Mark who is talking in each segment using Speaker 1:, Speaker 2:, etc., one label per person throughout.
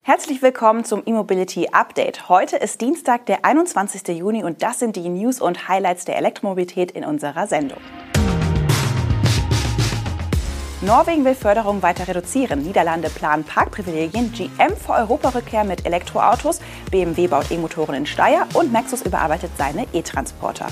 Speaker 1: Herzlich willkommen zum E-Mobility Update. Heute ist Dienstag, der 21. Juni und das sind die News und Highlights der Elektromobilität in unserer Sendung. Norwegen will Förderung weiter reduzieren. Niederlande planen Parkprivilegien. GM vor Europarückkehr mit Elektroautos. BMW baut E-Motoren in Steyr und Nexus überarbeitet seine E-Transporter.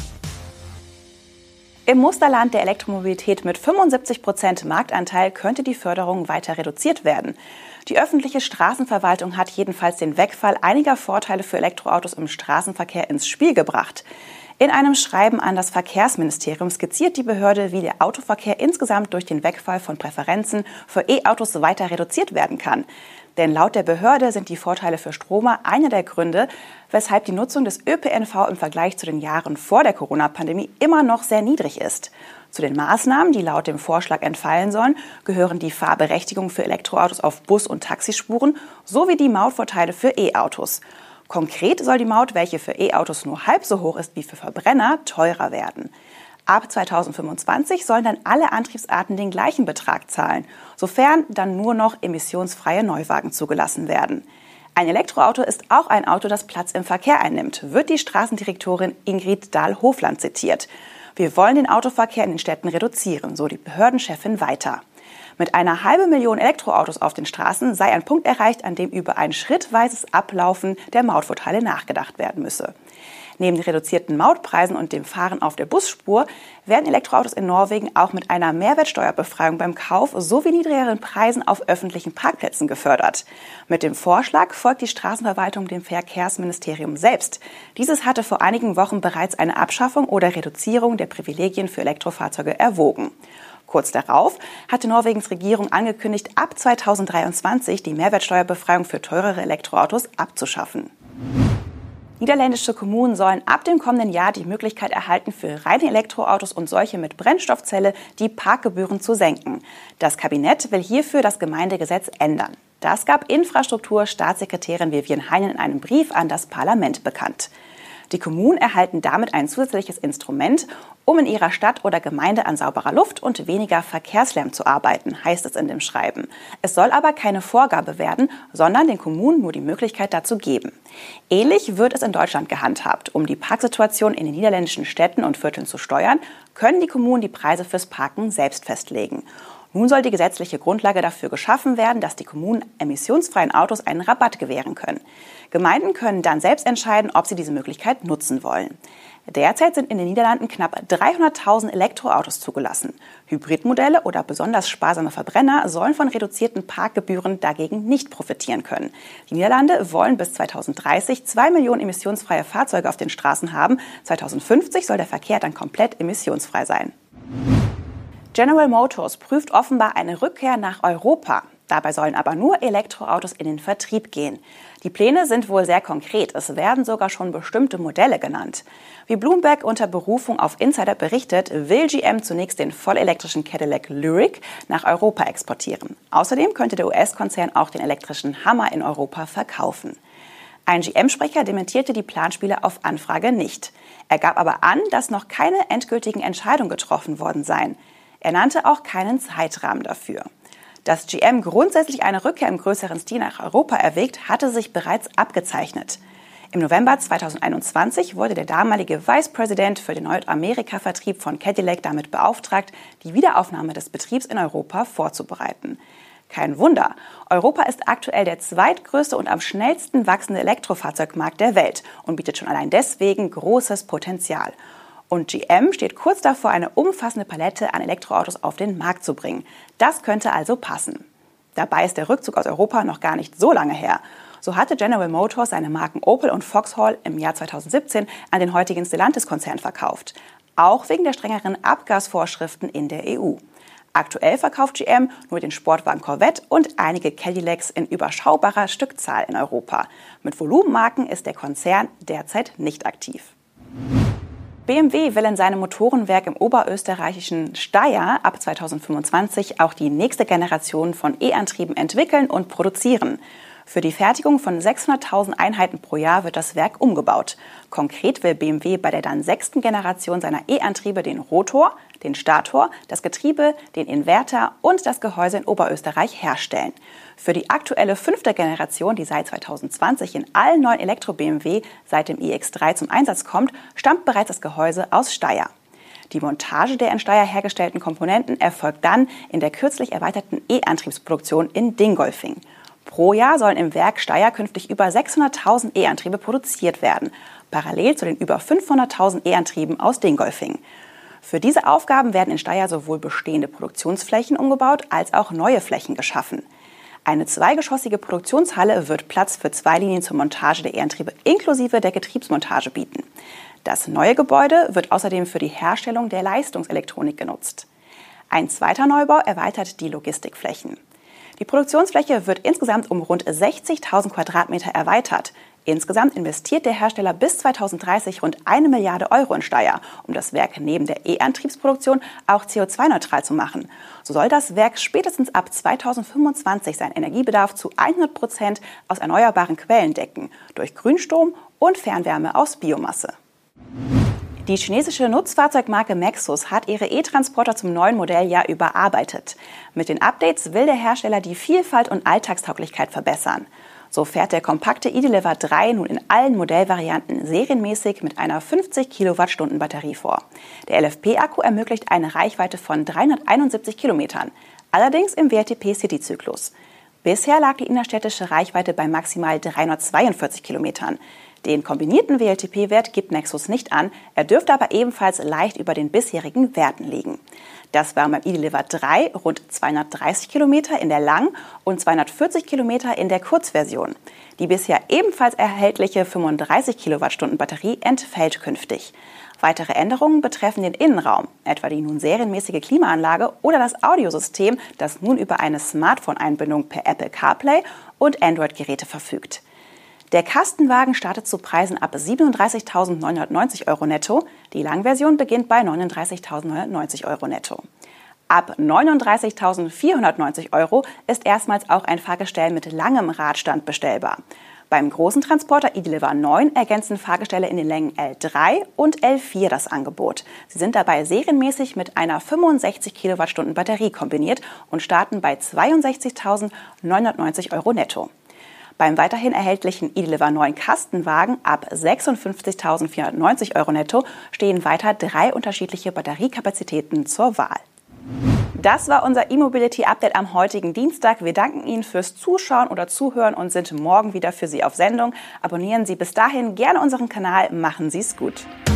Speaker 1: Im Musterland der Elektromobilität mit 75% Marktanteil könnte die Förderung weiter reduziert werden. Die öffentliche Straßenverwaltung hat jedenfalls den Wegfall einiger Vorteile für Elektroautos im Straßenverkehr ins Spiel gebracht. In einem Schreiben an das Verkehrsministerium skizziert die Behörde, wie der Autoverkehr insgesamt durch den Wegfall von Präferenzen für E-Autos weiter reduziert werden kann. Denn laut der Behörde sind die Vorteile für Stromer einer der Gründe, weshalb die Nutzung des ÖPNV im Vergleich zu den Jahren vor der Corona-Pandemie immer noch sehr niedrig ist. Zu den Maßnahmen, die laut dem Vorschlag entfallen sollen, gehören die Fahrberechtigung für Elektroautos auf Bus- und Taxispuren sowie die Mautvorteile für E-Autos. Konkret soll die Maut, welche für E-Autos nur halb so hoch ist wie für Verbrenner, teurer werden. Ab 2025 sollen dann alle Antriebsarten den gleichen Betrag zahlen, sofern dann nur noch emissionsfreie Neuwagen zugelassen werden. Ein Elektroauto ist auch ein Auto, das Platz im Verkehr einnimmt, wird die Straßendirektorin Ingrid Dahl-Hofland zitiert. Wir wollen den Autoverkehr in den Städten reduzieren, so die Behördenchefin weiter. Mit einer 500.000 Elektroautos auf den Straßen sei ein Punkt erreicht, an dem über ein schrittweises Ablaufen der Mautvorteile nachgedacht werden müsse. Neben den reduzierten Mautpreisen und dem Fahren auf der Busspur werden Elektroautos in Norwegen auch mit einer Mehrwertsteuerbefreiung beim Kauf sowie niedrigeren Preisen auf öffentlichen Parkplätzen gefördert. Mit dem Vorschlag folgt die Straßenverwaltung dem Verkehrsministerium selbst. Dieses hatte vor einigen Wochen bereits eine Abschaffung oder Reduzierung der Privilegien für Elektrofahrzeuge erwogen. Kurz darauf hatte Norwegens Regierung angekündigt, ab 2023 die Mehrwertsteuerbefreiung für teurere Elektroautos abzuschaffen. Niederländische Kommunen sollen ab dem kommenden Jahr die Möglichkeit erhalten, für reine Elektroautos und solche mit Brennstoffzelle die Parkgebühren zu senken. Das Kabinett will hierfür das Gemeindegesetz ändern. Das gab Infrastruktur-Staatssekretärin Vivian Heinen in einem Brief an das Parlament bekannt. Die Kommunen erhalten damit ein zusätzliches Instrument, um in ihrer Stadt oder Gemeinde an sauberer Luft und weniger Verkehrslärm zu arbeiten, heißt es in dem Schreiben. Es soll aber keine Vorgabe werden, sondern den Kommunen nur die Möglichkeit dazu geben. Ähnlich wird es in Deutschland gehandhabt. Um die Parksituation in den niederländischen Städten und Vierteln zu steuern, können die Kommunen die Preise fürs Parken selbst festlegen. Nun soll die gesetzliche Grundlage dafür geschaffen werden, dass die Kommunen emissionsfreien Autos einen Rabatt gewähren können. Gemeinden können dann selbst entscheiden, ob sie diese Möglichkeit nutzen wollen. Derzeit sind in den Niederlanden knapp 300.000 Elektroautos zugelassen. Hybridmodelle oder besonders sparsame Verbrenner sollen von reduzierten Parkgebühren dagegen nicht profitieren können. Die Niederlande wollen bis 2030 2 Millionen emissionsfreie Fahrzeuge auf den Straßen haben. 2050 soll der Verkehr dann komplett emissionsfrei sein. General Motors prüft offenbar eine Rückkehr nach Europa. Dabei sollen aber nur Elektroautos in den Vertrieb gehen. Die Pläne sind wohl sehr konkret. Es werden sogar schon bestimmte Modelle genannt. Wie Bloomberg unter Berufung auf Insider berichtet, will GM zunächst den vollelektrischen Cadillac Lyriq nach Europa exportieren. Außerdem könnte der US-Konzern auch den elektrischen Hummer in Europa verkaufen. Ein GM-Sprecher dementierte die Planspiele auf Anfrage nicht. Er gab aber an, dass noch keine endgültigen Entscheidungen getroffen worden seien. Er nannte auch keinen Zeitrahmen dafür. Dass GM grundsätzlich eine Rückkehr im größeren Stil nach Europa erwägt, hatte sich bereits abgezeichnet. Im November 2021 wurde der damalige Vice President für den Nordamerika-Vertrieb von Cadillac damit beauftragt, die Wiederaufnahme des Betriebs in Europa vorzubereiten. Kein Wunder, Europa ist aktuell der zweitgrößte und am schnellsten wachsende Elektrofahrzeugmarkt der Welt und bietet schon allein deswegen großes Potenzial. Und GM steht kurz davor, eine umfassende Palette an Elektroautos auf den Markt zu bringen. Das könnte also passen. Dabei ist der Rückzug aus Europa noch gar nicht so lange her. So hatte General Motors seine Marken Opel und Vauxhall im Jahr 2017 an den heutigen Stellantis-Konzern verkauft. Auch wegen der strengeren Abgasvorschriften in der EU. Aktuell verkauft GM nur den Sportwagen Corvette und einige Cadillacs in überschaubarer Stückzahl in Europa. Mit Volumenmarken ist der Konzern derzeit nicht aktiv. BMW will in seinem Motorenwerk im oberösterreichischen Steyr ab 2025 auch die nächste Generation von E-Antrieben entwickeln und produzieren. Für die Fertigung von 600.000 Einheiten pro Jahr wird das Werk umgebaut. Konkret will BMW bei der dann 6. Generation seiner E-Antriebe den Rotor, den Stator, das Getriebe, den Inverter und das Gehäuse in Oberösterreich herstellen. Für die aktuelle 5. Generation, die seit 2020 in allen neuen Elektro-BMW seit dem iX3 zum Einsatz kommt, stammt bereits das Gehäuse aus Steyr. Die Montage der in Steyr hergestellten Komponenten erfolgt dann in der kürzlich erweiterten E-Antriebsproduktion in Dingolfing. Pro Jahr sollen im Werk Steyr künftig über 600.000 E-Antriebe produziert werden, parallel zu den über 500.000 E-Antrieben aus Dingolfing. Für diese Aufgaben werden in Steyr sowohl bestehende Produktionsflächen umgebaut als auch neue Flächen geschaffen. Eine zweigeschossige Produktionshalle wird Platz für 2 Linien zur Montage der E-Antriebe inklusive der Getriebsmontage bieten. Das neue Gebäude wird außerdem für die Herstellung der Leistungselektronik genutzt. Ein zweiter Neubau erweitert die Logistikflächen. Die Produktionsfläche wird insgesamt um rund 60.000 Quadratmeter erweitert. Insgesamt investiert der Hersteller bis 2030 rund 1 Milliarde Euro in Steyr, um das Werk neben der E-Antriebsproduktion auch CO2-neutral zu machen. So soll das Werk spätestens ab 2025 seinen Energiebedarf zu 100% aus erneuerbaren Quellen decken, durch Grünstrom und Fernwärme aus Biomasse. Die chinesische Nutzfahrzeugmarke Maxus hat ihre E-Transporter zum neuen Modelljahr überarbeitet. Mit den Updates will der Hersteller die Vielfalt und Alltagstauglichkeit verbessern. So fährt der kompakte e-Deliver 3 nun in allen Modellvarianten serienmäßig mit einer 50 Kilowattstunden Batterie vor. Der LFP-Akku ermöglicht eine Reichweite von 371 Kilometern, allerdings im WLTP-City-Zyklus. Bisher lag die innerstädtische Reichweite bei maximal 342 Kilometern. Den kombinierten WLTP-Wert gibt Maxus nicht an, er dürfte aber ebenfalls leicht über den bisherigen Werten liegen. Das waren beim e-Deliver 3 rund 230 Kilometer in der Lang- und 240 Kilometer in der Kurzversion. Die bisher ebenfalls erhältliche 35 Kilowattstunden Batterie entfällt künftig. Weitere Änderungen betreffen den Innenraum, etwa die nun serienmäßige Klimaanlage oder das Audiosystem, das nun über eine Smartphone-Einbindung per Apple CarPlay und Android-Geräte verfügt. Der Kastenwagen startet zu Preisen ab 37.990 Euro netto. Die Langversion beginnt bei 39.990 Euro netto. Ab 39.490 Euro ist erstmals auch ein Fahrgestell mit langem Radstand bestellbar. Beim großen Transporter e-Deliver 9 ergänzen Fahrgestelle in den Längen L3 und L4 das Angebot. Sie sind dabei serienmäßig mit einer 65 Kilowattstunden Batterie kombiniert und starten bei 62.990 Euro netto. Beim weiterhin erhältlichen e-Deliver 9 Kastenwagen ab 56.490 Euro netto stehen weiter 3 unterschiedliche Batteriekapazitäten zur Wahl. Das war unser E-Mobility-Update am heutigen Dienstag. Wir danken Ihnen fürs Zuschauen oder Zuhören und sind morgen wieder für Sie auf Sendung. Abonnieren Sie bis dahin gerne unseren Kanal. Machen Sie es gut.